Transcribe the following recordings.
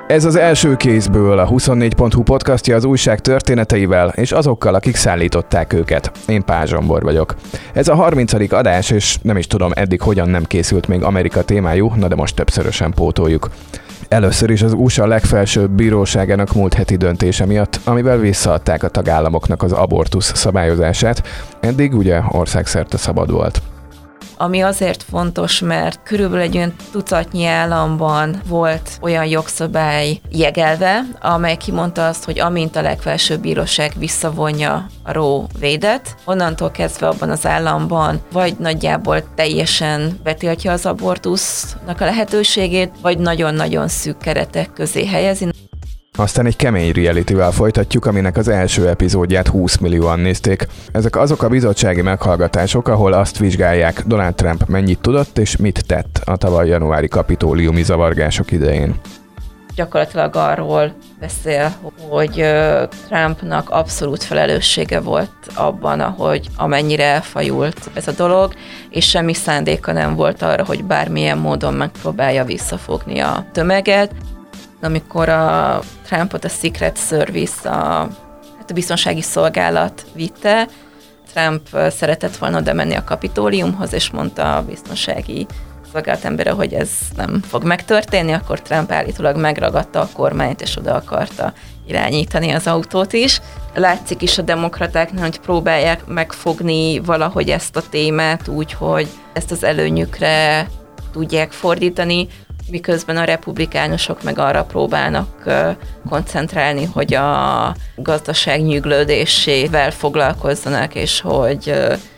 Ez az első kézből a 24.hu podcastja az újság történeteivel és azokkal, akik szállították őket. Én Pál Zsombor vagyok. Ez a 30. adás, és nem is tudom eddig hogyan nem készült még Amerika témájú, na de most többszörösen pótoljuk. Először is az USA legfelsőbb bíróságának múlt heti döntése miatt, amivel visszaadták a tagállamoknak az abortusz szabályozását, eddig ugye országszerte szabad volt. Ami azért fontos, mert körülbelül egy olyan tucatnyi államban volt olyan jogszabály jegelve, amely kimondta azt, hogy amint a legfelsőbb bíróság visszavonja a Roe Wade-et, onnantól kezdve abban az államban vagy nagyjából teljesen betiltja az abortusznak a lehetőségét, vagy nagyon-nagyon szűk keretek közé helyezi. Aztán egy kemény realityvel folytatjuk, aminek az első epizódját 20 millióan nézték. Ezek azok a bizottsági meghallgatások, ahol azt vizsgálják, Donald Trump mennyit tudott és mit tett a tavaly januári kapitóliumi zavargások idején. Gyakorlatilag arról beszél, hogy Trumpnak abszolút felelőssége volt abban, ahogy amennyire elfajult ez a dolog, és semmi szándéka nem volt arra, hogy bármilyen módon megpróbálja visszafogni a tömeget. Amikor a Trumpot a Secret Service, a biztonsági szolgálat vitte, Trump szeretett volna oda menni a Kapitóliumhoz, és mondta a biztonsági szolgálat embere, hogy ez nem fog megtörténni, akkor Trump állítólag megragadta a kormányt, és oda akarta irányítani az autót is. Látszik is a demokratáknál, hogy próbálják megfogni valahogy ezt a témát úgy, hogy ezt az előnyükre tudják fordítani, miközben a republikánusok meg arra próbálnak koncentrálni, hogy a gazdaság nyüglődésével foglalkozzanak, és hogy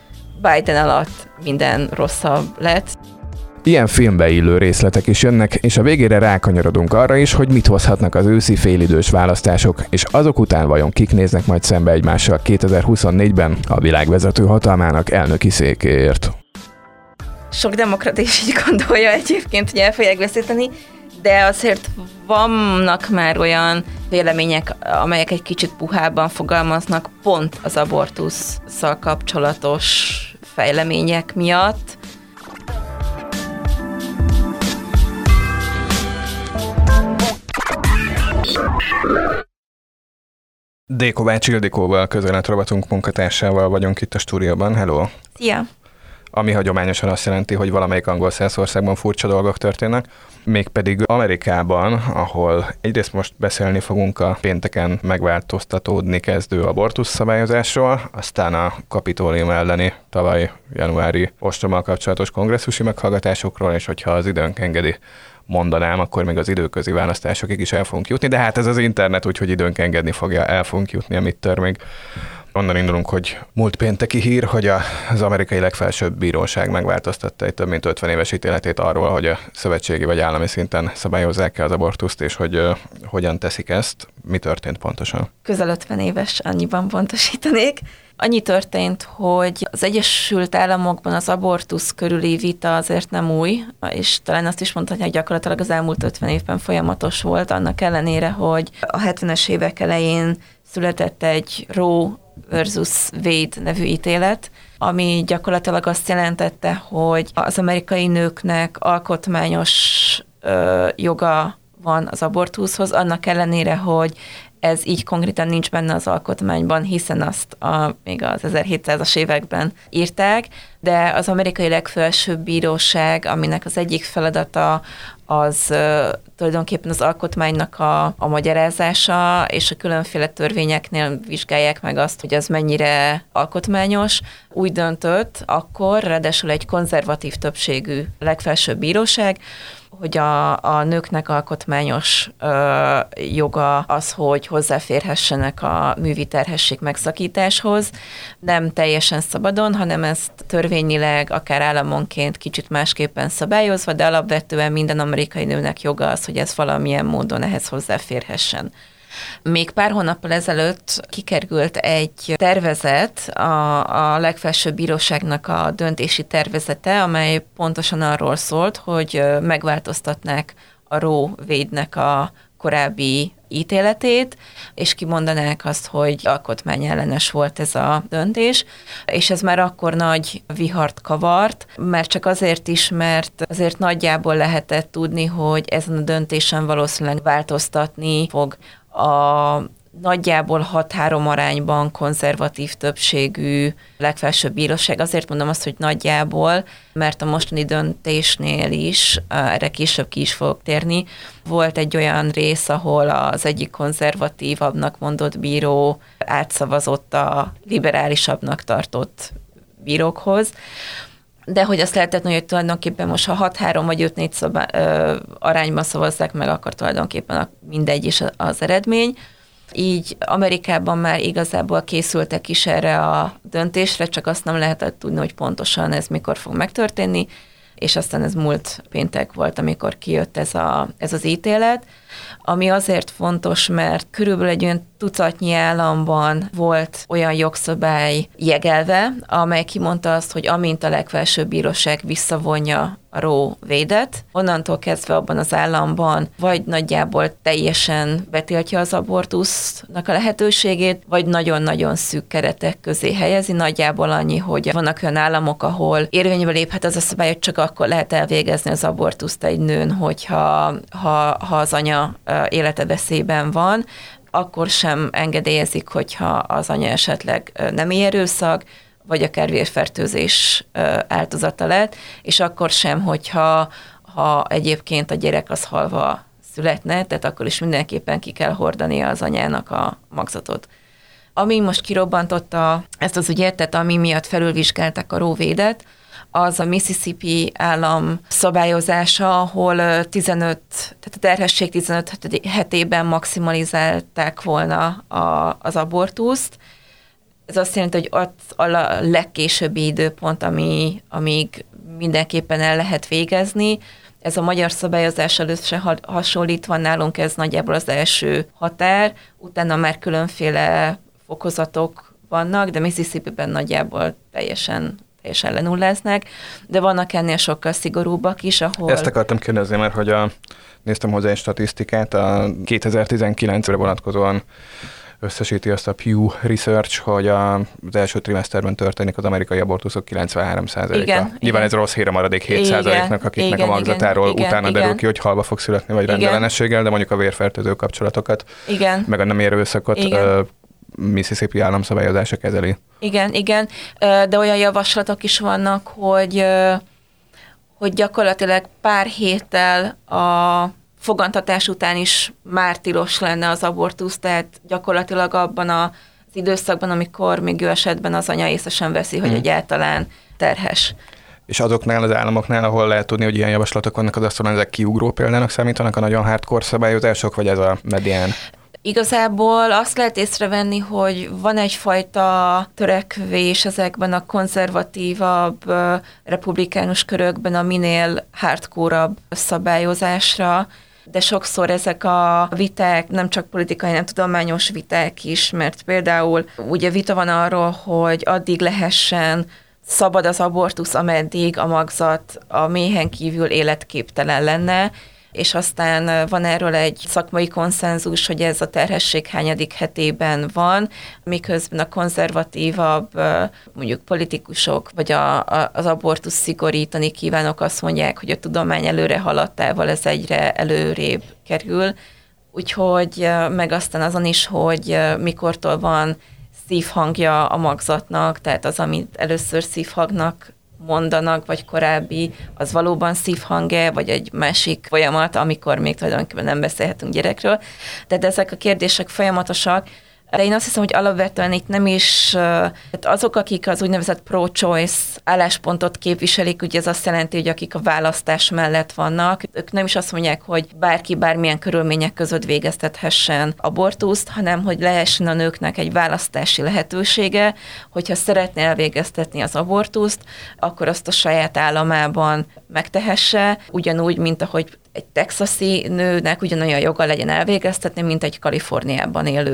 Biden alatt minden rosszabb lett. Ilyen filmbe illő részletek is jönnek, és a végére rákanyarodunk arra is, hogy mit hozhatnak az őszi félidős választások, és azok után vajon kik néznek majd szembe egymással 2024-ben a világvezető hatalmának elnöki székéért. Sok demokrata is így gondolja egyébként, hogy el fogják veszíteni, de azért vannak már olyan vélemények, amelyek egy kicsit puhában fogalmaznak pont az abortusszal kapcsolatos fejlemények miatt. D. Kovács Ildikóval, közéletrovatunk munkatársával vagyunk itt a stúdióban. Hello! Szia! Ami hagyományosan azt jelenti, hogy valamelyik angol országban furcsa dolgok történnek, mégpedig Amerikában, ahol egyrészt most beszélni fogunk a pénteken megváltoztatódni kezdő abortusz szabályozásról, aztán a Kapitólium elleni tavaly januári ostrommal kapcsolatos kongresszusi meghallgatásokról, és hogyha az időnk engedi, mondanám, akkor még az időközi választásokig is el fogunk jutni, de hát ez az internet, úgyhogy időnk engedni fogja, el fogunk jutni a midtermig. Onnan indulunk, hogy múlt pénteki hír, hogy az amerikai legfelsőbb bíróság megváltoztatta egy több mint 50 éves ítéletét arról, hogy a szövetségi vagy állami szinten szabályozzák-e az abortuszt, és hogy hogyan teszik ezt. Mi történt pontosan? Közel 50 éves, annyiban pontosítanék. Annyi történt, hogy az Egyesült Államokban az abortusz körüli vita azért nem új, és talán azt is mondhatják, hogy gyakorlatilag az elmúlt 50 évben folyamatos volt, annak ellenére, hogy a 70-es évek elején született egy Roe versus Wade nevű ítélet, ami gyakorlatilag azt jelentette, hogy az amerikai nőknek alkotmányos joga van az abortuszhoz, annak ellenére, hogy ez így konkrétan nincs benne az alkotmányban, hiszen azt még az 1700-as években írták, de az amerikai legfelsőbb bíróság, aminek az egyik feladata az tulajdonképpen az alkotmánynak a magyarázása, és a különféle törvényeknél vizsgálják meg azt, hogy az mennyire alkotmányos. Úgy döntött akkor, ráadásul egy konzervatív többségű legfelsőbb bíróság, hogy a nőknek alkotmányos joga az, hogy hozzáférhessenek a művi terhesség megszakításhoz, nem teljesen szabadon, hanem ezt törvényileg, akár államonként kicsit másképpen szabályozva, de alapvetően minden amerikai nőnek joga az, hogy ez valamilyen módon ehhez hozzáférhessen. Még pár hónappal ezelőtt kikerült egy tervezet, a legfelsőbb bíróságnak a döntési tervezete, amely pontosan arról szólt, hogy megváltoztatnák a Roe Wade-nek a korábbi ítéletét, és kimondanák azt, hogy alkotmányellenes volt ez a döntés, és ez már akkor nagy vihart kavart, mert csak azért is, mert azért nagyjából lehetett tudni, hogy ezen a döntésen valószínűleg változtatni fog a nagyjából 6-3 arányban konzervatív többségű legfelsőbb bíróság. Azért mondom azt, hogy nagyjából, mert a mostani döntésnél is, erre később ki is fogok térni, volt egy olyan rész, ahol az egyik konzervatívabbnak mondott bíró átszavazott a liberálisabbnak tartott bírókhoz. De hogy azt lehetett, hogy tulajdonképpen most ha 6-3 vagy 5-4 arányban szavazzák meg, akkor tulajdonképpen mindegy is az eredmény. Így Amerikában már igazából készültek is erre a döntésre, csak azt nem lehetett tudni, hogy pontosan ez mikor fog megtörténni, és aztán ez múlt péntek volt, amikor kijött ez az ítélet, ami azért fontos, mert körülbelül egy olyan tucatnyi államban volt olyan jogszabály jegelve, amely kimondta azt, hogy amint a legfelsőbb bíróság visszavonja a Roe Wade-et, onnantól kezdve abban az államban vagy nagyjából teljesen betiltja az abortusznak a lehetőségét, vagy nagyon-nagyon szűk keretek közé helyezi. Nagyjából annyi, hogy vannak olyan államok, ahol érvénybe léphet az a szabály, hogy csak akkor lehet elvégezni az abortuszt egy nőn, hogyha az anya élete veszélyben van, akkor sem engedélyezik, hogyha az anya esetleg nemi erőszak, vagy akár vérfertőzés áldozata lett, és akkor sem, hogyha egyébként a gyerek az halva születne, tehát akkor is mindenképpen ki kell hordania az anyának a magzatot. Ami most kirobbantotta ezt az ügyet, tehát ami miatt felülvizsgálták a Roe Wade-et, az a Mississippi állam szabályozása, ahol tehát a terhesség 15 hetében maximalizálták volna az abortuszt. Ez azt jelenti, hogy ott a legkésőbbi időpont, amíg mindenképpen el lehet végezni. Ez a magyar szabályozás először hasonlítva, nálunk ez nagyjából az első határ, utána már különféle fokozatok vannak, de Mississippi-ben nagyjából teljesen lenulláznak, de vannak ennél sokkal szigorúbbak is, ahol... Ezt akartam kérdezni, mert hogy néztem hozzá egy statisztikát, a 2019-re vonatkozóan összesíti azt a Pew Research, hogy az első trimeszterben történik az amerikai abortuszok 93%-a. Nyilván ez rossz hír a maradék 7%-nak, akiknek a magzatáról utána derül ki, hogy halva fog születni, vagy rendellenességgel, de mondjuk a vérfertőző kapcsolatokat, meg a nem erőszakot Mississippi állam szabályozása kezeli. Igen, de olyan javaslatok is vannak, hogy gyakorlatilag pár héttel a fogantatás után is már tilos lenne az abortusz, tehát gyakorlatilag abban az időszakban, amikor még jó esetben az anya észre sem veszi, hogy egyáltalán terhes. És azoknál az államoknál, ahol lehet tudni, hogy ilyen javaslatok vannak, az asztalon, ezek kiugró példának számítanak a nagyon hardcore szabályozások, vagy ez a medián? Igazából azt lehet észrevenni, hogy van egyfajta törekvés ezekben a konzervatívabb republikánus körökben a minél hardcore-abb szabályozásra, de sokszor ezek a viták nem csak politikai, nem tudományos viták is, mert például ugye vita van arról, hogy addig lehessen szabad az abortusz, ameddig a magzat a méhen kívül életképtelen lenne, és aztán van erről egy szakmai konszenzus, hogy ez a terhesség hányadik hetében van, miközben a konzervatívabb mondjuk politikusok, vagy az abortusz szigorítani kívánok azt mondják, hogy a tudomány előre haladtával ez egyre előrébb kerül. Úgyhogy meg aztán azon is, hogy mikortól van szívhangja a magzatnak, tehát az, amit először szívhangnak mondanak, vagy korábbi, az valóban szívhang-e, vagy egy másik folyamat, amikor még tulajdonképpen nem beszélhetünk gyerekről. Tehát ezek a kérdések folyamatosak, de én azt hiszem, hogy alapvetően itt nem is, tehát azok, akik az úgynevezett pro-choice álláspontot képviselik, ugye ez azt jelenti, hogy akik a választás mellett vannak, ők nem is azt mondják, hogy bárki bármilyen körülmények között végeztethessen abortuszt, hanem hogy lehessen a nőknek egy választási lehetősége, hogyha szeretné elvégeztetni az abortuszt, akkor azt a saját államában megtehesse, ugyanúgy, mint ahogy egy texasi nőnek ugyanolyan joga legyen elvégeztetni, mint egy Kaliforniában élő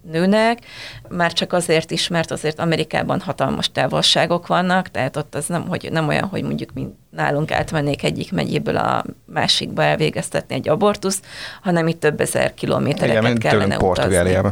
nőnek, már csak azért is, mert azért Amerikában hatalmas távolságok vannak, tehát ott az nem olyan, hogy mondjuk mint nálunk átmennék egyik megyéből a másikba elvégeztetni egy abortuszt, hanem itt több ezer kilométereket kellene utazni.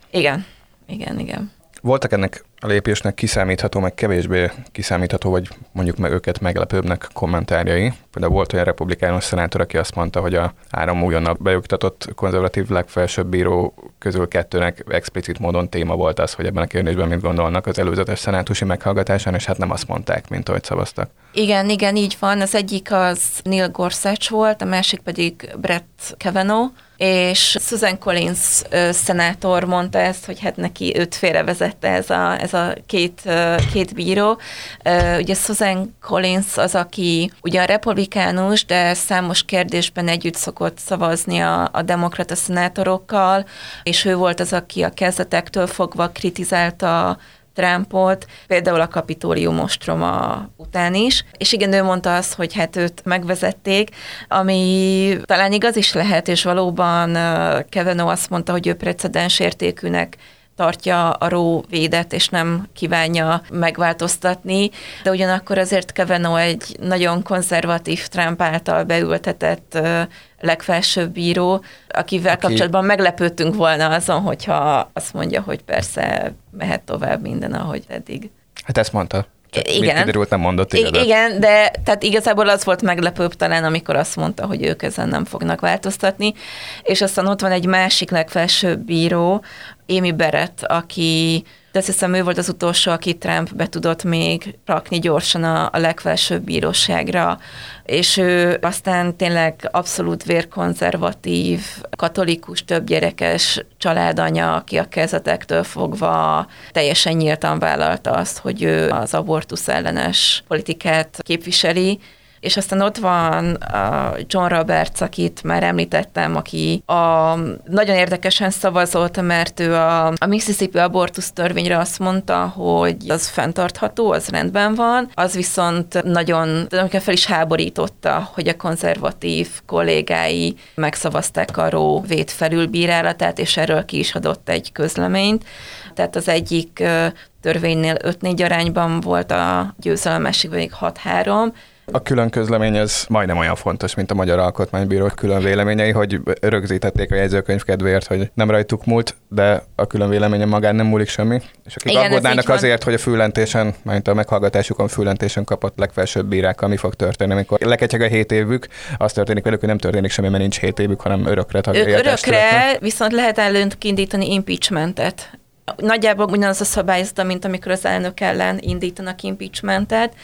Igen. Voltak ennek a lépésnek kiszámítható, meg kevésbé kiszámítható, vagy mondjuk meg őket meglepőbbnek kommentárjai. Például volt olyan republikánus szenátor, aki azt mondta, hogy a 3 újonnan bejogtatott konzervatív legfelsőbb bíró közül 2-nek explicit módon téma volt az, hogy ebben a kérdésben mit gondolnak az előzetes szenátusi meghallgatásán, és hát nem azt mondták, mint ahogy szavaztak. Igen, így van. Az egyik az Neil Gorsuch volt, a másik pedig Brett Kavanaugh, és Susan Collins szenátor mondta ezt, hogy hát neki őt félrevezette ez a két bíró. Ugye Susan Collins az, aki ugyan republikánus, de számos kérdésben együtt szokott szavazni a demokrata szenátorokkal, és ő volt az, aki a kezdetektől fogva kritizálta Trumpot, például a Kapitólium ostroma után is. És igen, ő mondta azt, hogy hát őt megvezették, ami talán igaz is lehet, és valóban Kavanaugh azt mondta, hogy ő precedens értékűnek tartja a Roe védet, és nem kívánja megváltoztatni, de ugyanakkor azért Kavanaugh egy nagyon konzervatív Trump által beültetett legfelsőbb bíró, akivel kapcsolatban meglepődtünk volna azon, hogyha azt mondja, hogy persze mehet tovább minden, ahogy eddig. Hát ezt mondta. Igen. Kiderült, nem mondott igazat. Igen, de tehát igazából az volt meglepőbb talán, amikor azt mondta, hogy ők ezen nem fognak változtatni. És aztán ott van egy másik legfelsőbb bíró, Amy Barrett, aki, de azt hiszem ő volt az utolsó, aki Trump be tudott még rakni gyorsan a legfelsőbb bíróságra, és ő aztán tényleg abszolút vérkonzervatív, katolikus, többgyerekes családanya, aki a kezdetektől fogva teljesen nyíltan vállalta azt, hogy ő az abortusz ellenes politikát képviseli. És aztán ott van John Roberts, akit már említettem, aki nagyon érdekesen szavazott, mert ő a Mississippi abortusz törvényre azt mondta, hogy az fenntartható, az rendben van, az viszont nagyon fel is háborította, hogy a konzervatív kollégái megszavazták a Roe véd felülbírálatát, és erről ki is adott egy közleményt. Tehát az egyik törvénynél 5-4 arányban volt a győzelem, másik pedig 6-3. A külön közlemény ez majdnem olyan fontos, mint a Magyar Alkotmánybíró külön véleményei, hogy rögzítették a jegyzőkönyv kedvéért, hogy nem rajtuk múlt, de a külön véleményen magán nem múlik semmi. És akik aggódnának azért, hogy a füllentésen, mint a meghallgatásukon füllentésen kapott legfelsőbb bírákkal mi fog történni, amikor leketyeg a 7 évük, az történik velük, hogy nem történik semmi, mert nincs 7 évük, hanem örökre tagja. Örökre, viszont lehet előtt indítani impeachmentet. Nagyjából ugyanaz a szabályzata, mint amikor az elnök ellen indítanak impeachmentet,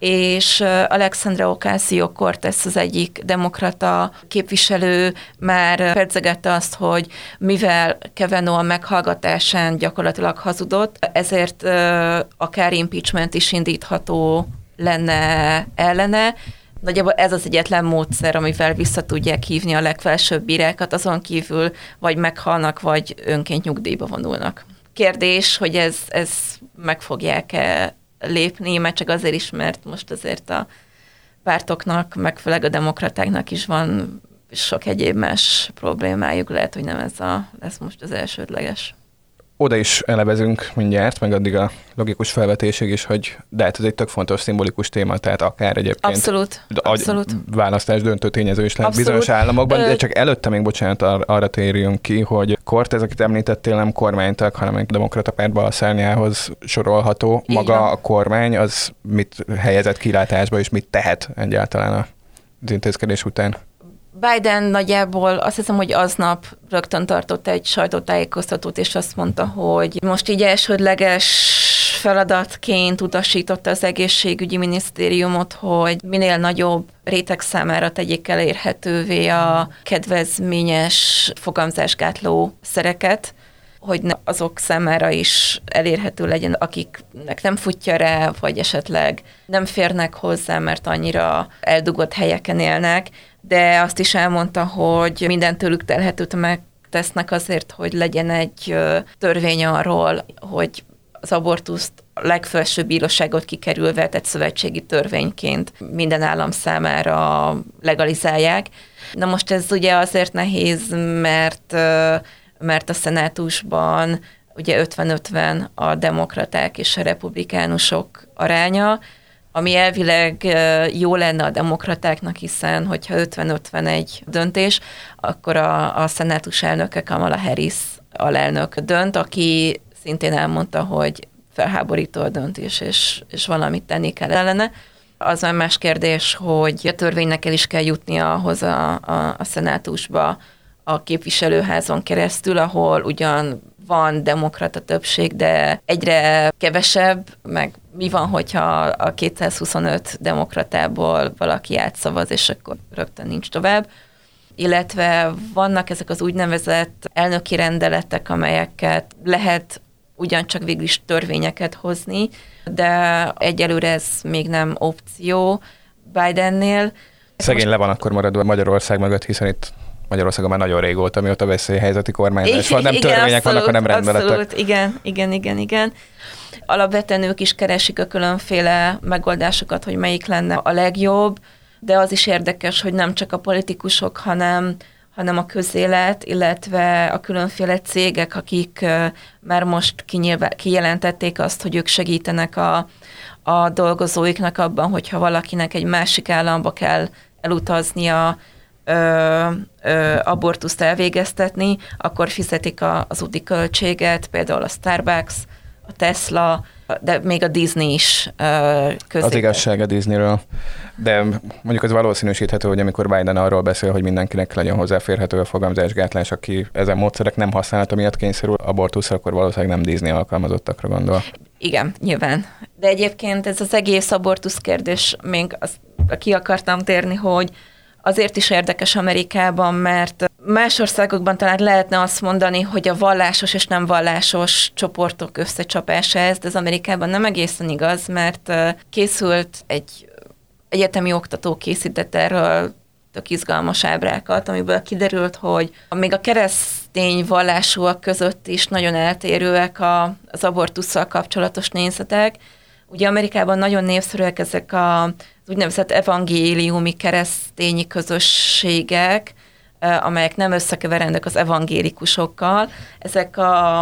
és Alexandria Ocasio-Cortez, az egyik demokrata képviselő már pedzegette azt, hogy mivel Kavanaugh a meghallgatásán gyakorlatilag hazudott, ezért akár impeachment is indítható lenne ellene. Nagyjából ez az egyetlen módszer, amivel vissza tudják hívni a legfelsőbb bírákat, azon kívül vagy meghalnak, vagy önként nyugdíjba vonulnak. Kérdés, hogy ez meg fogják-e lépni, mert csak azért is, mert most azért a pártoknak, meg főleg a demokratáknak is van sok egyéb más problémájuk, lehet, hogy nem ez most az elsődleges. Oda is elevezünk mindjárt, meg addig a logikus felvetésig is, hogy de hát ez egy tök fontos szimbolikus téma, tehát akár egyébként abszolút. Választás döntő tényező is lehet bizonyos államokban, de csak előtte még, bocsánat, arra térjünk ki, hogy Cortez, akit említettél, nem kormánytag, hanem egy demokrata párt balszárnyához sorolható. Maga a kormány az mit helyezett kilátásba, és mit tehet egyáltalán az intézkedés után? Biden nagyjából azt hiszem, hogy aznap rögtön tartott egy sajtótájékoztatót, és azt mondta, hogy most így elsődleges feladatként utasította az egészségügyi minisztériumot, hogy minél nagyobb réteg számára tegyék elérhetővé a kedvezményes fogamzásgátló szereket, hogy azok számára is elérhető legyen, akiknek nem futja rá, vagy esetleg nem férnek hozzá, mert annyira eldugott helyeken élnek, de azt is elmondta, hogy minden tőlük telhetőt megtesznek azért, hogy legyen egy törvény arról, hogy az abortuszt a legfelsőbb bíróságot kikerülve, tehát szövetségi törvényként minden állam számára legalizálják. Na most ez ugye azért nehéz, mert a szenátusban ugye 50-50 a demokraták és a republikánusok aránya, ami elvileg jó lenne a demokratáknak, hiszen hogyha 50-50 egy döntés, akkor a szenátus elnöke Kamala Harris alelnök dönt, aki szintén elmondta, hogy felháborító a döntés, és valamit tenni kell ellene. Az már más kérdés, hogy a törvénynek el is kell jutnia ahhoz a szenátusba a képviselőházon keresztül, ahol ugyan van demokrata többség, de egyre kevesebb, meg mi van, hogyha a 225 demokratából valaki átszavaz, és akkor rögtön nincs tovább. Illetve vannak ezek az úgynevezett elnöki rendeletek, amelyeket lehet ugyancsak végül is törvényeket hozni, de egyelőre ez még nem opció Bidennél. Szegény le van akkor maradva Magyarország mögött, hiszen itt Magyarországon már nagyon régóta, mióta veszélyhelyzeti kormányzás van, nem törvények abszolút, vannak, hanem rendeletek. Abszolút, igen. Alapvetően ők is keresik a különféle megoldásokat, hogy melyik lenne a legjobb, de az is érdekes, hogy nem csak a politikusok, hanem a közélet, illetve a különféle cégek, akik már most kijelentették azt, hogy ők segítenek a dolgozóiknak abban, hogyha valakinek egy másik államba kell elutaznia, abortuszt elvégeztetni, akkor fizetik az úti költséget, például a Starbucks, a Tesla, de még a Disney is közé. Az igazság a Disneyről. De mondjuk az valószínűsíthető, hogy amikor Biden arról beszél, hogy mindenkinek legyen hozzáférhető a fogamzásgátlás, aki ezen módszerek nem használata miatt kényszerül abortuszra, akkor valószínűleg nem Disney alkalmazottakra gondol. Igen, nyilván. De egyébként ez az egész abortusz kérdés, még ki akartam térni, hogy azért is érdekes Amerikában, mert más országokban talán lehetne azt mondani, hogy a vallásos és nem vallásos csoportok összecsapása ez, de az Amerikában nem egészen igaz, mert készült egy egyetemi oktató készített erről tök izgalmas ábrákat, amiből kiderült, hogy még a keresztény vallásúak között is nagyon eltérőek az abortusszal kapcsolatos nézetek. Ugye Amerikában nagyon népszerűek ezek az úgynevezett evangéliumi keresztényi közösségek, amelyek nem összekeverendők az evangélikusokkal. Ezek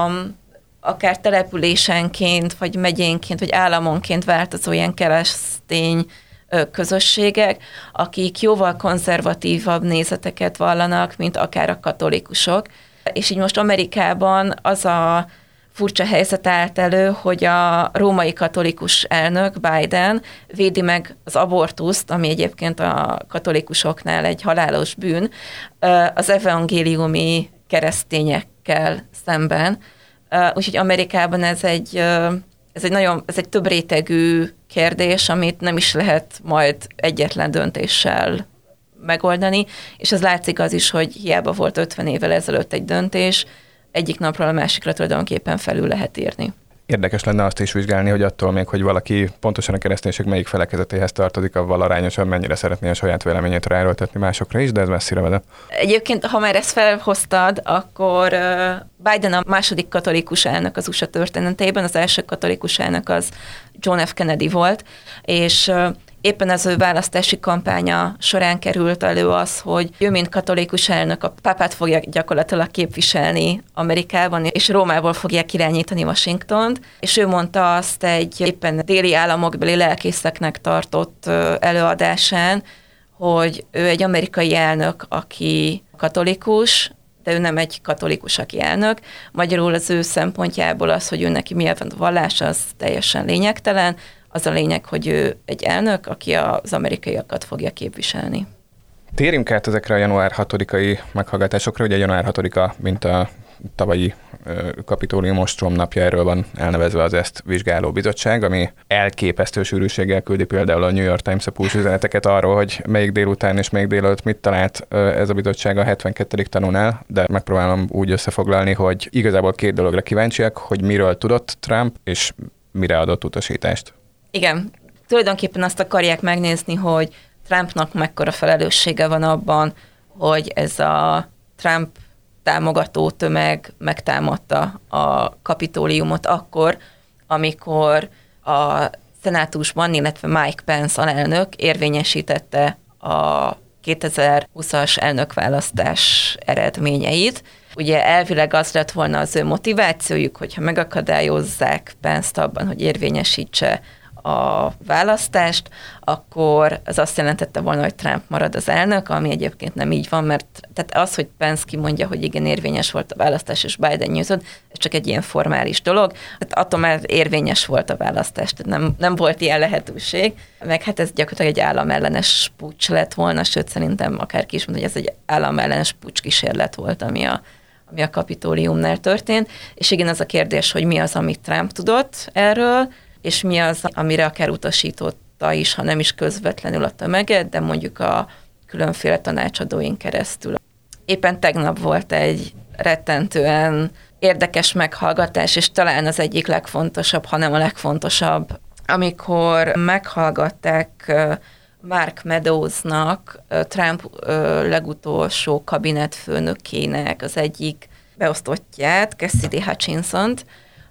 akár településenként, vagy megyénként, vagy államonként változó ilyen keresztény közösségek, akik jóval konzervatívabb nézeteket vallanak, mint akár a katolikusok. És így most Amerikában az a furcsa helyzet állt elő, hogy a római katolikus elnök Biden védi meg az abortuszt, ami egyébként a katolikusoknál egy halálos bűn, az evangéliumi keresztényekkel szemben. Úgyhogy Amerikában ez egy több rétegű kérdés, amit nem is lehet majd egyetlen döntéssel megoldani, és ez látszik az is, hogy hiába volt 50 évvel ezelőtt egy döntés, egyik napról a másikra tulajdonképpen felül lehet írni. Érdekes lenne azt is vizsgálni, hogy attól még, hogy valaki pontosan a kereszténység melyik felekezetéhez tartozik, avval arányosan mennyire szeretné a saját véleményét ráerőltetni másokra is, de ez messzire vezet. Egyébként, ha már ezt felhoztad, akkor Biden a második katolikus elnök az USA történetében, az első katolikus elnök az John F. Kennedy volt, és éppen az ő választási kampánya során került elő az, hogy ő, mint katolikus elnök, a pápát fogja gyakorlatilag képviselni Amerikában, és Rómából fogják irányítani Washingtont, és ő mondta azt egy éppen déli államokbeli lelkészeknek tartott előadásán, hogy ő egy amerikai elnök, aki katolikus, de ő nem egy katolikus, aki elnök. Magyarul az ő szempontjából az, hogy ő neki milyen a vallás, az teljesen lényegtelen. Az a lényeg, hogy ő egy elnök, aki az amerikaiakat fogja képviselni. Térjünk át ezekre a január 6-ai meghallgatásokra. Ugye január 6-a, mint a tavalyi Kapitólium ostrom napja, erről van elnevezve az ezt vizsgáló bizottság, ami elképesztő sűrűséggel küldi például a New York Times-a push üzeneteket arról, hogy melyik délután és melyik délelőtt mit talált ez a bizottság a 72. tanúnál, de megpróbálom úgy összefoglalni, hogy igazából két dologra kíváncsiak, hogy miről tudott Trump, és mire adott utasítást. Igen, tulajdonképpen azt akarják megnézni, hogy Trumpnak mekkora felelőssége van abban, hogy ez a Trump támogató tömeg megtámadta a Kapitóliumot akkor, amikor a szenátusban, illetve Mike Pence alelnök érvényesítette a 2020-as elnökválasztás eredményeit, Ugye elvileg az lett volna az ő motivációjuk, hogyha megakadályozzák Pence-t abban, hogy érvényesítse a választást, akkor az azt jelentette volna, hogy Trump marad az elnök, ami egyébként nem így van, mert tehát az, hogy Pence kimondja, hogy igen, érvényes volt a választás, és Biden nyújtott, ez csak egy ilyen formális dolog. Tehát attól már érvényes volt a választás, tehát nem volt ilyen lehetőség. Meg hát ez gyakorlatilag egy államellenes puccs lett volna, sőt szerintem akárki is mondja, hogy ez egy államellenes puccs kísérlet volt, ami a Kapitóliumnál történt. És igen, az a kérdés, hogy mi az, amit Trump tudott erről, és mi az, amire akár utasította is, ha nem is közvetlenül a tömeget, de mondjuk a különféle tanácsadóin keresztül. Éppen tegnap volt egy rettentően érdekes meghallgatás, és talán az egyik legfontosabb, hanem a legfontosabb, amikor meghallgatták Mark Meadowsnak, Trump legutolsó kabinetfőnökének az egyik beosztottját, Cassidy Hutchinsont,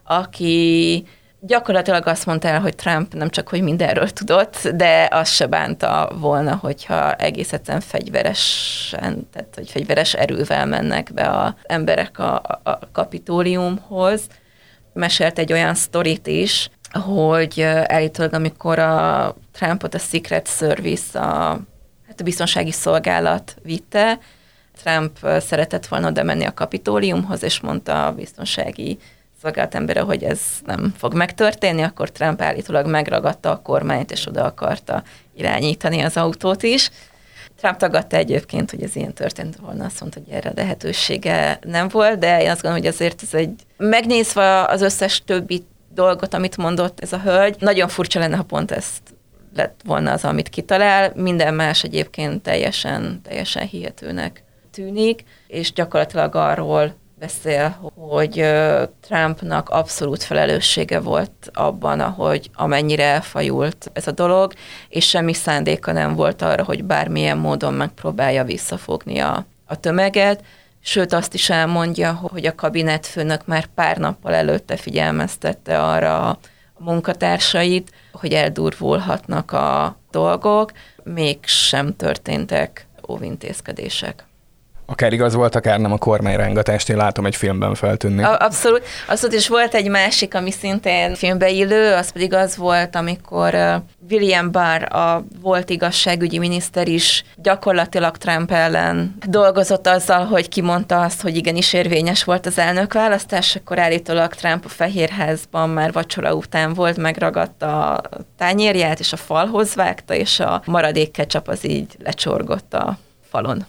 aki gyakorlatilag azt mondta el, hogy Trump nem csak, hogy mindenről tudott, de azt se bánta volna, hogyha egész egyszerűen fegyveresen, tehát hogy fegyveres erővel mennek be az emberek a Kapitóliumhoz. Mesélt egy olyan sztorit is, hogy állítólag, amikor a Trumpot a Secret Service, a biztonsági szolgálat vitte, Trump szeretett volna oda menni a Kapitóliumhoz, és mondta a biztonsági szolgált embere, hogy ez nem fog megtörténni, akkor Trump állítólag megragadta a kormányt, és oda akarta irányítani az autót is. Trump tagadta egyébként, hogy ez ilyen történt volna, azt mondta, hogy erre lehetősége nem volt, de én azt gondolom, hogy azért ez egy, megnézve az összes többi dolgot, amit mondott ez a hölgy, nagyon furcsa lenne, ha pont ezt lett volna az, amit kitalál. Minden más egyébként teljesen hihetőnek tűnik, és gyakorlatilag arról beszél, hogy Trumpnak abszolút felelőssége volt abban, ahogy amennyire elfajult ez a dolog, és semmi szándéka nem volt arra, hogy bármilyen módon megpróbálja visszafogni a tömeget, sőt azt is elmondja, hogy a kabinetfőnök már pár nappal előtte figyelmeztette arra a munkatársait, hogy eldurvulhatnak a dolgok, mégsem történtek óvintézkedések. Akár igaz volt, akár nem, a kormányrángatást én látom egy filmben feltűnni. Abszolút, és volt egy másik, ami szintén filmbe illő, az pedig az volt, amikor William Barr, a volt igazságügyi miniszter is gyakorlatilag Trump ellen dolgozott azzal, hogy kimondta azt, hogy igenis érvényes volt az elnökválasztás, akkor állítólag Trump a Fehérházban már vacsora után volt, megragadta a tányérját, és a falhoz vágta, és a maradék ketchup az így lecsorgott a falon.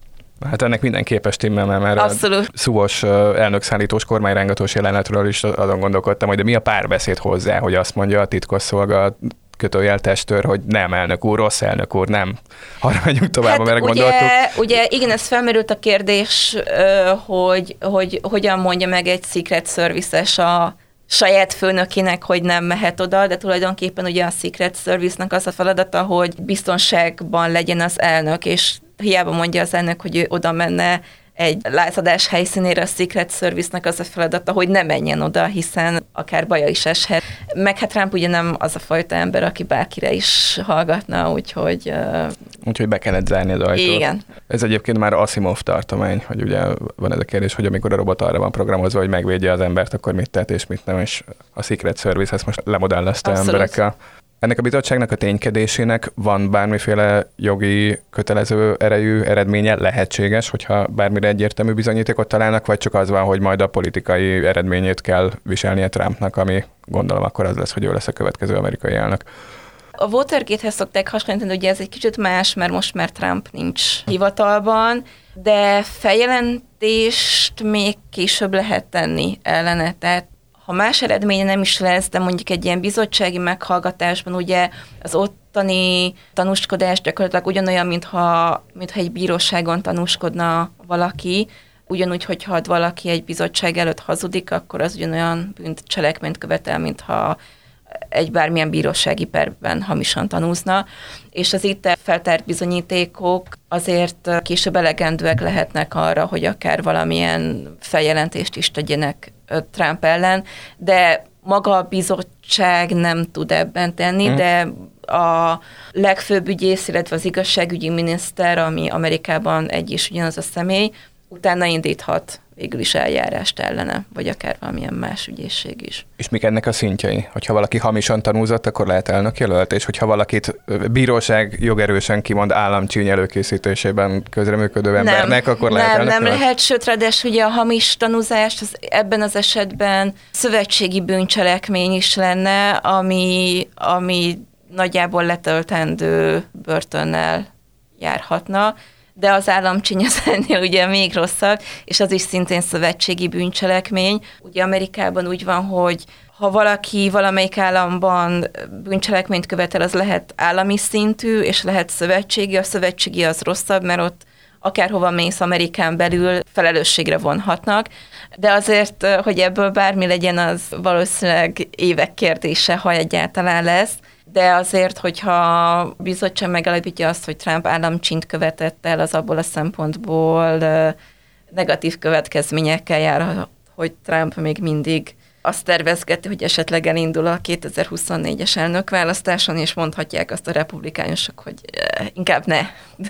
Hát ennek minden képes timmel, mert abszolút. A szúvos elnökszállítós kormányrángatós jelenetről is azon gondolkodtam, hogy de mi a párbeszéd hozzá, hogy azt mondja a titkosszolga kötőjeltestőr, hogy nem, elnök úr, rossz elnök úr, nem. Arra megyünk tovább, hát mert gondoltuk. Ugye igen, ez felmerült a kérdés, hogy hogyan mondja meg egy Secret Service-es a saját főnökének, hogy nem mehet oda, de tulajdonképpen ugye a Secret Service-nek az a feladata, hogy biztonságban legyen az elnök, és hiába mondja az elnök, hogy ő oda menne egy lázadás helyszínére, a Secret Service-nek az a feladata, hogy ne menjen oda, hiszen akár baja is eshet. Meg hát Trump ugye nem az a fajta ember, aki bárkire is hallgatna, úgyhogy... Úgyhogy be kellett zárni az ajtót. Igen. Ez egyébként már Asimov tartomány, hogy ugye van ez a kérdés, hogy amikor a robot arra van programozva, hogy megvédje az embert, akkor mit tett és mit nem, és a Secret Service ezt most lemodellezte emberekkel. Ennek a bizottságnak a ténykedésének van bármiféle jogi kötelező erejű eredménye, lehetséges, hogyha bármire egyértelmű bizonyítékot találnak, vagy csak az van, hogy majd a politikai eredményét kell viselnie Trumpnak, ami gondolom akkor az lesz, hogy ő lesz a következő amerikai elnök. A Watergate-hez szokták hasonlítani, ugye ez egy kicsit más, mert most már Trump nincs hivatalban, de feljelentést még később lehet tenni ellene. Tehát ha más eredménye nem is lesz, de mondjuk egy ilyen bizottsági meghallgatásban ugye az ottani tanúskodás gyakorlatilag ugyanolyan, mintha egy bíróságon tanúskodna valaki, ugyanúgy, hogyha valaki egy bizottság előtt hazudik, akkor az ugyanolyan bűncselekményt követel, mintha egy bármilyen bírósági perben hamisan tanúzna, és az itt feltárt bizonyítékok azért később elegendőek lehetnek arra, hogy akár valamilyen feljelentést is tegyenek Trump ellen, de maga a bizottság nem tud ebben tenni, de a legfőbb ügyész, illetve az igazságügyi miniszter, ami Amerikában egy is ugyanaz a személy, utána indíthat végül is eljárást ellene, vagy akár valamilyen más ügyészség is. És mik ennek a szintjei? Hogyha valaki hamisan tanúzott, akkor lehet elnökjelölt, és hogyha valakit bíróság jogerősen kimond államcsíny előkészítésében közreműködő embernek, akkor lehet elnökjelölt? Nem lehet, sőt, ráadásul ugye a hamis tanúzás ebben az esetben szövetségi bűncselekmény is lenne, ami nagyjából letöltendő börtönnel járhatna, de az államcsíny az ennél ugye még rosszabb, és az is szintén szövetségi bűncselekmény. Ugye Amerikában úgy van, hogy ha valaki valamelyik államban bűncselekményt követel, az lehet állami szintű, és lehet szövetségi. A szövetségi az rosszabb, mert ott akárhova mész Amerikán belül, felelősségre vonhatnak, de azért, hogy ebből bármi legyen, az valószínűleg évek kérdése, ha egyáltalán lesz. De azért, hogyha a bizottság megállapítja azt, hogy Trump államcsínyt követett el, az abból a szempontból negatív következményekkel jár, hogy Trump még mindig azt tervezgeti, hogy esetleg elindul a 2024-es elnökválasztáson, és mondhatják azt a republikánusok, hogy inkább ne.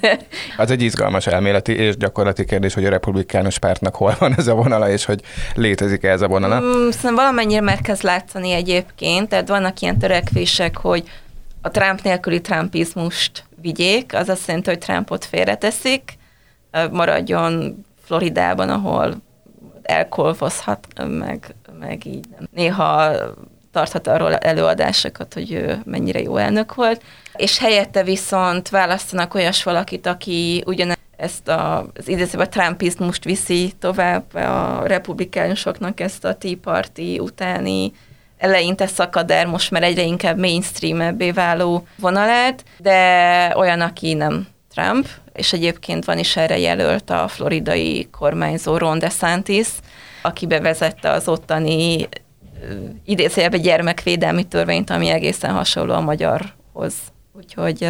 Az egy izgalmas elméleti és gyakorlati kérdés, hogy a republikánus pártnak hol van ez a vonala, és hogy létezik ez a vonala? Szerintem valamennyire már kezd látszani egyébként, tehát vannak ilyen törekvések, hogy a Trump nélküli trumpizmust vigyék, az azt jelenti, hogy Trumpot félreteszik, maradjon Floridában, ahol elkolvozhat, meg így nem. Néha tarthat arról előadásokat, hogy ő mennyire jó elnök volt, és helyette viszont választanak olyas valakit, aki ezt az idézőben trumpizmust viszi tovább a republikánusoknak ezt a Tea Party utáni eleinte szakadár, most már egyre inkább mainstream-ebbé váló vonalát, de olyan, aki nem Trump, és egyébként van is erre jelölt a floridai kormányzó Ron DeSantis, aki bevezette az ottani idézőjelben gyermekvédelmi törvényt, ami egészen hasonló a magyarhoz. Úgyhogy,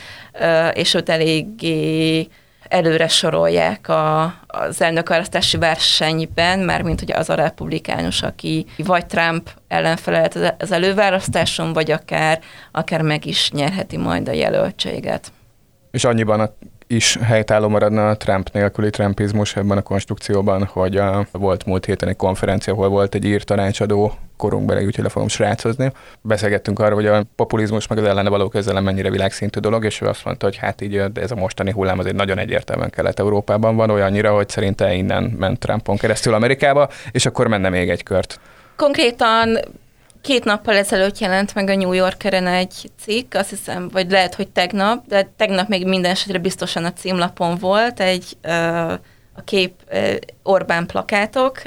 és őt eléggé előre sorolják az elnökválasztási versenyben, mármint hogy az a republikánus, aki vagy Trump ellen felelt az előválasztáson, vagy akár meg is nyerheti majd a jelöltséget. És annyiban is helytálló maradna a Trump nélküli trumpizmus ebben a konstrukcióban, hogy volt múlt héten egy konferencia, ahol volt egy ír tanácsadó, korunkbeli, úgyhogy le fogom srácozni. Beszélgettünk arról, hogy a populizmus meg az ellene való közelem mennyire világszintű dolog, és ő azt mondta, hogy hát így ez a mostani hullám azért nagyon egyértelműen Kelet-Európában van, olyannyira, hogy szerinte innen ment Trumpon keresztül Amerikába, és akkor menne még egy kört. Konkrétan 2 nappal ezelőtt jelent meg a New Yorkeren egy cikk, azt hiszem, vagy lehet, hogy tegnap, de tegnap még minden esetre biztosan a címlapon volt a kép Orbán plakátok,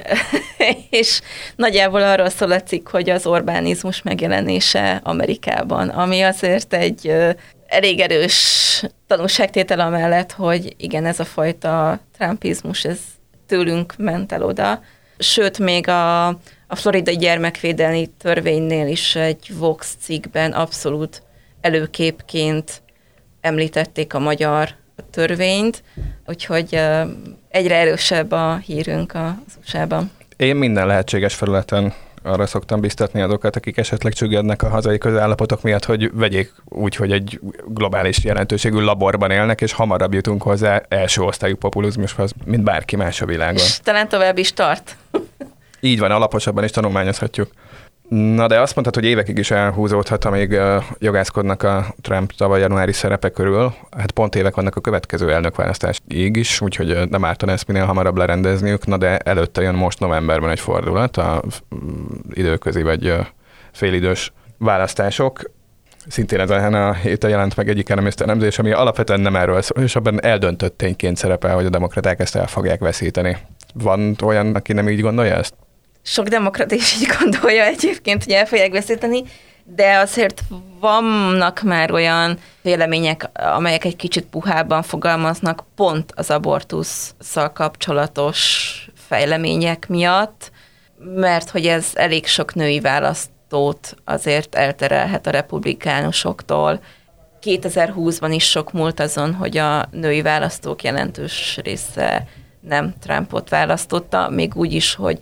és nagyjából arról szól a cikk, hogy az Orbánizmus megjelenése Amerikában, ami azért egy elég erős tanúságtétel amellett, hogy igen, ez a fajta trumpizmus, ez tőlünk ment el oda. Sőt, még a floridai gyermekvédelmi törvénynél is egy Vox cikkben abszolút előképként említették a magyar törvényt, úgyhogy egyre erősebb a hírünk az USA-ban. Én minden lehetséges felületen arra szoktam biztatni azokat, akik esetleg csüggednek a hazai közállapotok miatt, hogy vegyék úgy, hogy egy globális jelentőségű laborban élnek, és hamarabb jutunk hozzá első osztályú populizmushoz, mint bárki más a világon. És talán tovább is tart. Így van, alaposabban is tanulmányozhatjuk. Na de azt mondtad, hogy évekig is elhúzódhat, amíg jogászkodnak a Trump tavaly januári szerepe körül. Hát pont évek vannak a következő elnökválasztásig is, úgyhogy nem ártana ezt minél hamarabb lerendezniük. Na de előtte jön most novemberben egy fordulat, a időközi vagy félidős választások. Szintén ezen a héten jelent meg egyik elemzés, ami alapvetően nem erről szól, és abban eldöntött tényként szerepel, hogy a demokraták ezt el fogják veszíteni. Van olyan, aki nem így gondolja ezt? Sok demokrata is így gondolja egyébként, hogy el fogják veszíteni, de azért vannak már olyan vélemények, amelyek egy kicsit puhában fogalmaznak pont az abortusszal kapcsolatos fejlemények miatt, mert hogy ez elég sok női választót azért elterelhet a republikánusoktól. 2020-ban is sok múlt azon, hogy a női választók jelentős része nem Trumpot választotta, még úgy is, hogy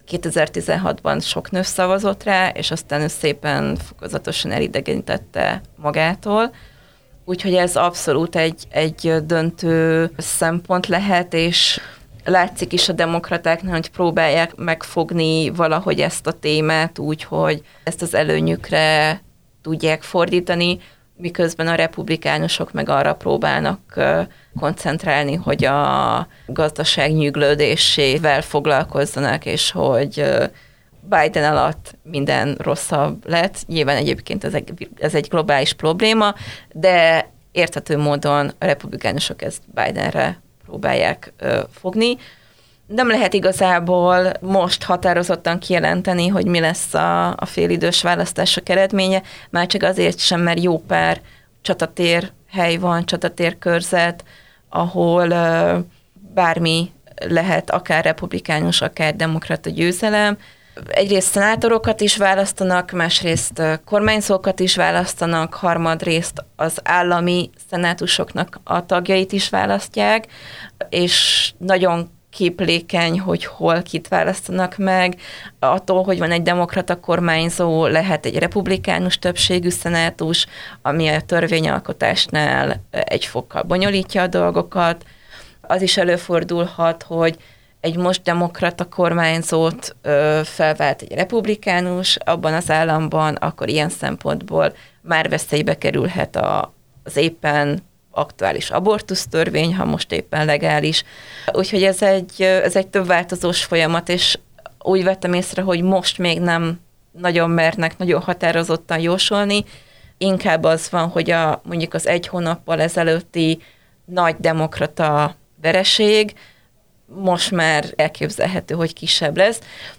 2016-ban sok nő szavazott rá, és aztán ő szépen fokozatosan elidegenítette magától. Úgyhogy ez abszolút egy döntő szempont lehet, és látszik is a demokratáknál, hogy próbálják megfogni valahogy ezt a témát úgy, hogy ezt az előnyükre tudják fordítani, miközben a republikánusok meg arra próbálnak koncentrálni, hogy a gazdaság nyüglődésével foglalkozzanak, és hogy Biden alatt minden rosszabb lett. Nyilván egyébként ez egy globális probléma, de érthető módon a republikánusok ezt Bidenre próbálják fogni. Nem lehet igazából most határozottan kijelenteni, hogy mi lesz a félidős választások eredménye, már csak azért sem, mert jó pár csatatér hely van, csatatérkörzet, ahol bármi lehet, akár republikánus, akár demokrata győzelem. Egyrészt szenátorokat is választanak, másrészt kormányzókat is választanak, harmadrészt az állami szenátusoknak a tagjait is választják, és nagyon képlékeny, hogy hol kit választanak meg. Attól, hogy van egy demokrata kormányzó, lehet egy republikánus többségű szenátus, ami a törvényalkotásnál egy fokkal bonyolítja a dolgokat. Az is előfordulhat, hogy egy most demokrata kormányzót felvált egy republikánus abban az államban, akkor ilyen szempontból már veszélybe kerülhet az éppen aktuális abortusztörvény, ha most éppen legális. Úgyhogy ez egy több változós folyamat, és úgy vettem észre, hogy most még nem nagyon mernek nagyon határozottan jósolni. Inkább az van, hogy mondjuk az egy hónappal ezelőtti nagy demokrata vereség most már elképzelhető, hogy kisebb lesz,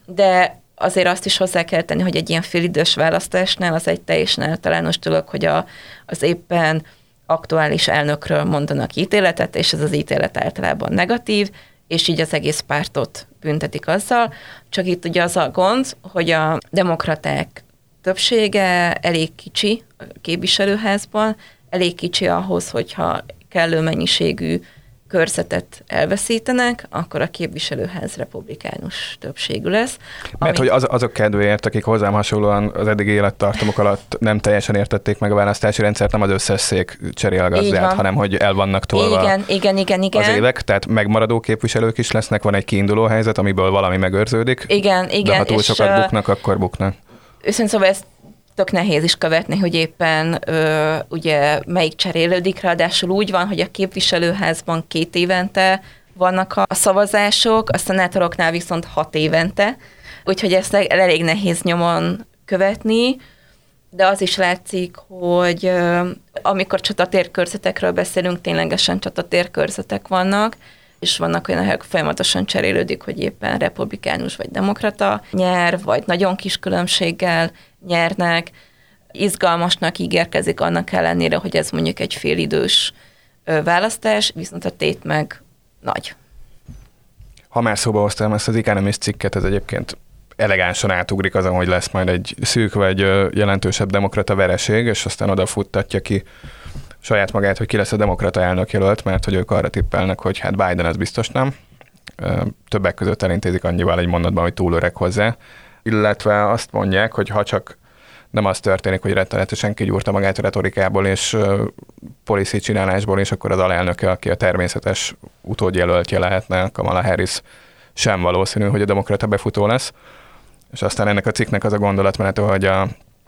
de azért azt is hozzá kell tenni, hogy egy ilyen félidős választásnál az egy teljesen általános dolog, hogy az éppen aktuális elnökről mondanak ítéletet, és ez az ítélet általában negatív, és így az egész pártot büntetik azzal. Csak itt ugye az a gond, hogy a demokraták többsége elég kicsi a képviselőházban, elég kicsi ahhoz, hogyha kellő mennyiségű körzetet elveszítenek, akkor a képviselőház republikánus többségű lesz. Mert hogy azok kedvéért, akik hozzám hasonlóan az eddigi élettartamok alatt nem teljesen értették meg a választási rendszert, nem az összes szék cserélgazdát, hanem hogy el vannak tolva igen. az évek, tehát megmaradó képviselők is lesznek, van egy kiinduló helyzet, amiből valami megőrződik. Igen. De ha túl sokat buknak, akkor buknak. Őszintén szóval ezt tök nehéz is követni, hogy éppen ugye melyik cserélődik, ráadásul úgy van, hogy a képviselőházban 2 évente vannak a szavazások, a szenátoroknál viszont 6 évente, úgyhogy ezt elég nehéz nyomon követni, de az is látszik, hogy amikor csatatérkörzetekről beszélünk, ténylegesen csatatérkörzetek vannak, és vannak olyan helyek, folyamatosan cserélődik, hogy éppen republikánus vagy demokrata nyer, vagy nagyon kis különbséggel nyernek. Izgalmasnak ígérkezik annak ellenére, hogy ez mondjuk egy félidős választás, viszont a tét meg nagy. Ha már szóba hoztam ezt az Economist cikket, ez egyébként elegánsan átugrik azon, hogy lesz majd egy szűk vagy jelentősebb demokrata vereség, és aztán oda futtatja ki saját magát, hogy ki lesz a demokrata elnökjelölt, mert hogy ők arra tippelnek, hogy hát Biden az biztos nem. Többek között elintézik annyival egy mondatban, hogy túl öreg hozzá. Illetve azt mondják, hogy ha csak nem az történik, hogy rettenetesen kigyúrta magát a retorikából és policy csinálásból, és akkor az alelnöke, aki a természetes utódjelöltje lehetne, Kamala Harris, sem valószínű, hogy a demokrata befutó lesz. És aztán ennek a cikknek az a gondolatmenete, hogy a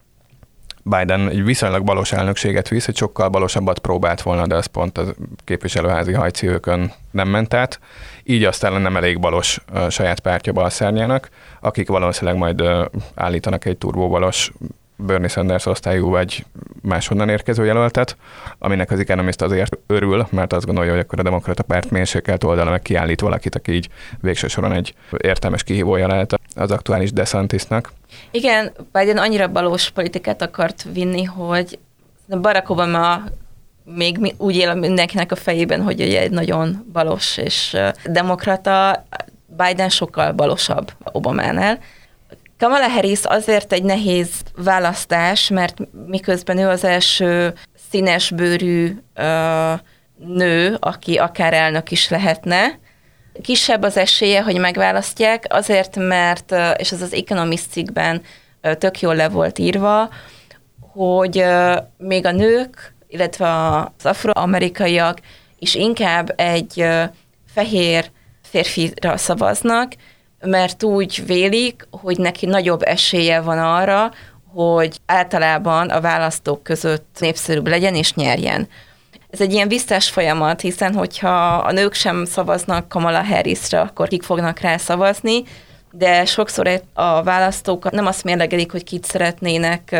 Biden egy viszonylag balos elnökséget visz, egy sokkal balosabbat próbált volna, de az pont a képviselőházi hajcihőkön nem ment át. Így aztán nem elég balos a saját pártja balszárnyának, akik valószínűleg majd állítanak egy turbóbalos Bernie Sanders osztályú vagy máshonnan érkező jelöltet, aminek az Economist azért örül, mert azt gondolja, hogy akkor a demokrata párt mérsékelt oldala meg kiállít valakit, aki így végső soron egy értelmes kihívója lehet az aktuális DeSantisnak. Igen, Biden annyira balós politikát akart vinni, hogy Barack Obama még úgy él mindenkinek a fejében, hogy ugye egy nagyon balos és demokrata, Biden sokkal balosabb Obamánál. Kamala Harris azért egy nehéz választás, mert miközben ő az első színesbőrű nő, aki akár elnök is lehetne, kisebb az esélye, hogy megválasztják, azért, mert, és ez az Economist cikkben tök jól le volt írva, hogy még a nők, illetve az afroamerikaiak is inkább egy fehér férfira szavaznak, mert úgy vélik, hogy neki nagyobb esélye van arra, hogy általában a választók között népszerűbb legyen és nyerjen. Ez egy ilyen visszás folyamat, hiszen hogyha a nők sem szavaznak Kamala Harrisra, akkor kik fognak rá szavazni, de sokszor a választók nem azt mérlegelik, hogy kit szeretnének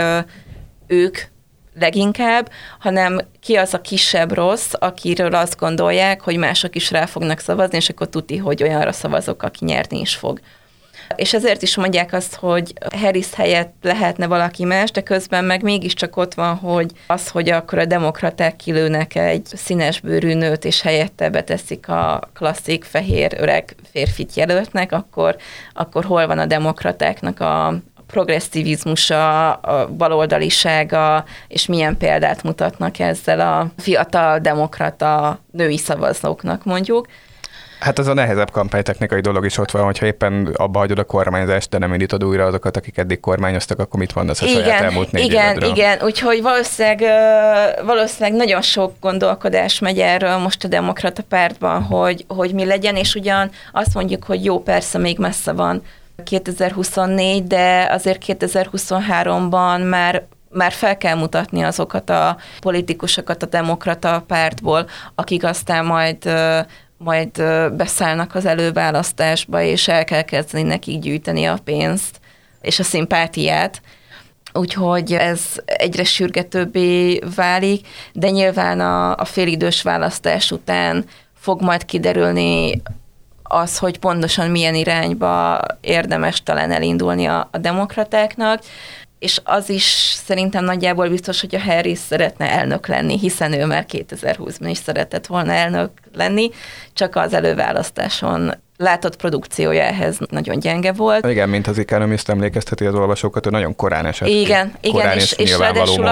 ők leginkább, hanem ki az a kisebb rossz, akiről azt gondolják, hogy mások is rá fognak szavazni, és akkor tuti, hogy olyanra szavazok, aki nyerni is fog. És ezért is mondják azt, hogy Harris helyett lehetne valaki más, de közben meg mégiscsak ott van, hogy akkor a demokraták kilőnek egy színesbőrű nőt, és helyette beteszik a klasszik fehér öreg férfit jelöltnek, akkor hol van a demokratáknak a progresszivizmusa, a baloldalisága, és milyen példát mutatnak ezzel a fiatal demokrata női szavazóknak mondjuk. Hát az a nehezebb kampánytechnikai dolog is ott van, hogyha éppen abba hagyod a kormányzást, de nem indítod újra azokat, akik eddig kormányoztak, akkor mit mondasz a saját elmúlt 4 évedről? Igen, úgyhogy valószínűleg nagyon sok gondolkodás megy erről most a demokrata pártban, hogy mi legyen, és ugyan azt mondjuk, hogy jó, persze még messze van 2024, de azért 2023-ban már fel kell mutatni azokat a politikusokat a demokrata pártból, akik aztán majd beszállnak az előválasztásba, és el kell kezdeni nekik gyűjteni a pénzt és a szimpátiát. Úgyhogy ez egyre sürgetőbbé válik, de nyilván a félidős választás után fog majd kiderülni az, hogy pontosan milyen irányba érdemes talán elindulni a demokratáknak, és az is szerintem nagyjából biztos, hogy a Harris szeretne elnök lenni, hiszen ő már 2020-ban is szeretett volna elnök lenni, csak az előválasztáson látott produkciója ehhez nagyon gyenge volt. Igen, mint az Economist emlékezteti az olvasókat, ő nagyon korán esett. Igen, és ráadásul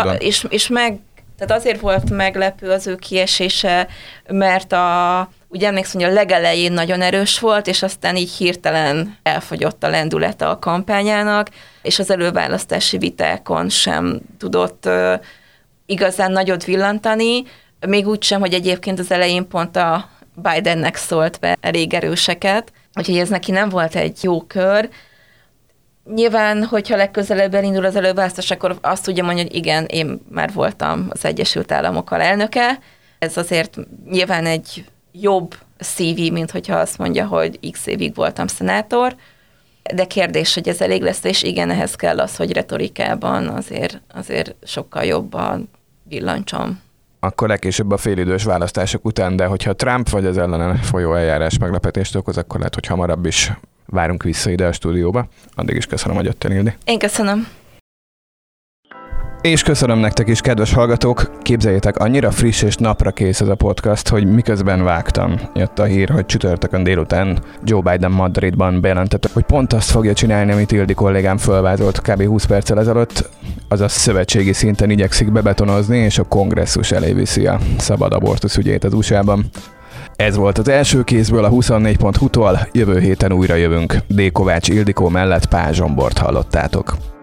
tehát azért volt meglepő az ő kiesése, mert ugye emlékszem, hogy a legelején nagyon erős volt, és aztán így hirtelen elfogyott a lendülete a kampányának, és az előválasztási vitákon sem tudott igazán nagyot villantani, még úgy sem, hogy egyébként az elején pont a Bidennek szólt be elég erőseket, úgyhogy ez neki nem volt egy jó kör. Nyilván, hogyha legközelebb elindul az előválasztás, akkor azt tudja mondani, hogy igen, én már voltam az Egyesült Államokkal elnöke. Ez azért nyilván egy jobb CV, mint hogyha azt mondja, hogy x évig voltam szenátor, de kérdés, hogy ez elég lesz, és igen, ehhez kell az, hogy retorikában azért sokkal jobban villancsom. Akkor legkésőbb a félidős választások után, de hogyha Trump vagy az ellene folyó eljárás meglepetést okoz, akkor lehet, hogy hamarabb is várunk vissza ide a stúdióba. Addig is köszönöm, hogy jöttél, Ildi. Én köszönöm. És köszönöm nektek is, kedves hallgatók! Képzeljétek, annyira friss és napra kész ez a podcast, hogy miközben vágtam, jött a hír, hogy csütörtökön délután Joe Biden Madridban bejelentette, hogy pont azt fogja csinálni, amit Ildi kollégám fölvázolt kb. 20 perccel ezelőtt, azaz szövetségi szinten igyekszik bebetonozni, és a kongresszus elé viszi a szabad abortusz ügyét az USA-ban. Ez volt az első kézből a 24.hu-tól, jövő héten újra jövünk. D. Kovács Ildikó mellett Pázs Zsombort hallottátok.